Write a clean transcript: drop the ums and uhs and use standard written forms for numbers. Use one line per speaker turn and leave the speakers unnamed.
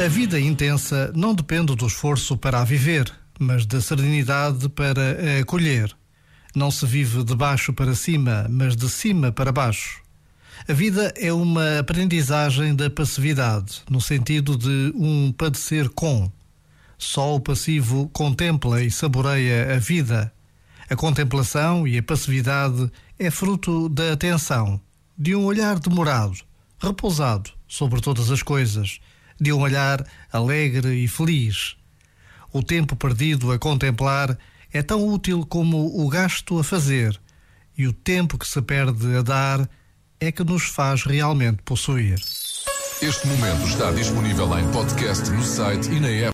A vida intensa não depende do esforço para a viver, mas da serenidade para a acolher. Não se vive de baixo para cima, mas de cima para baixo. A vida é uma aprendizagem da passividade, no sentido de um padecer com. Só o passivo contempla e saboreia a vida. A contemplação e a passividade é fruto da atenção, de um olhar demorado, repousado sobre todas as coisas, de um olhar alegre e feliz. O tempo perdido a contemplar é tão útil como o gasto a fazer, e o tempo que se perde a dar é que nos faz realmente possuir.
Este momento está disponível em podcast no site e na app.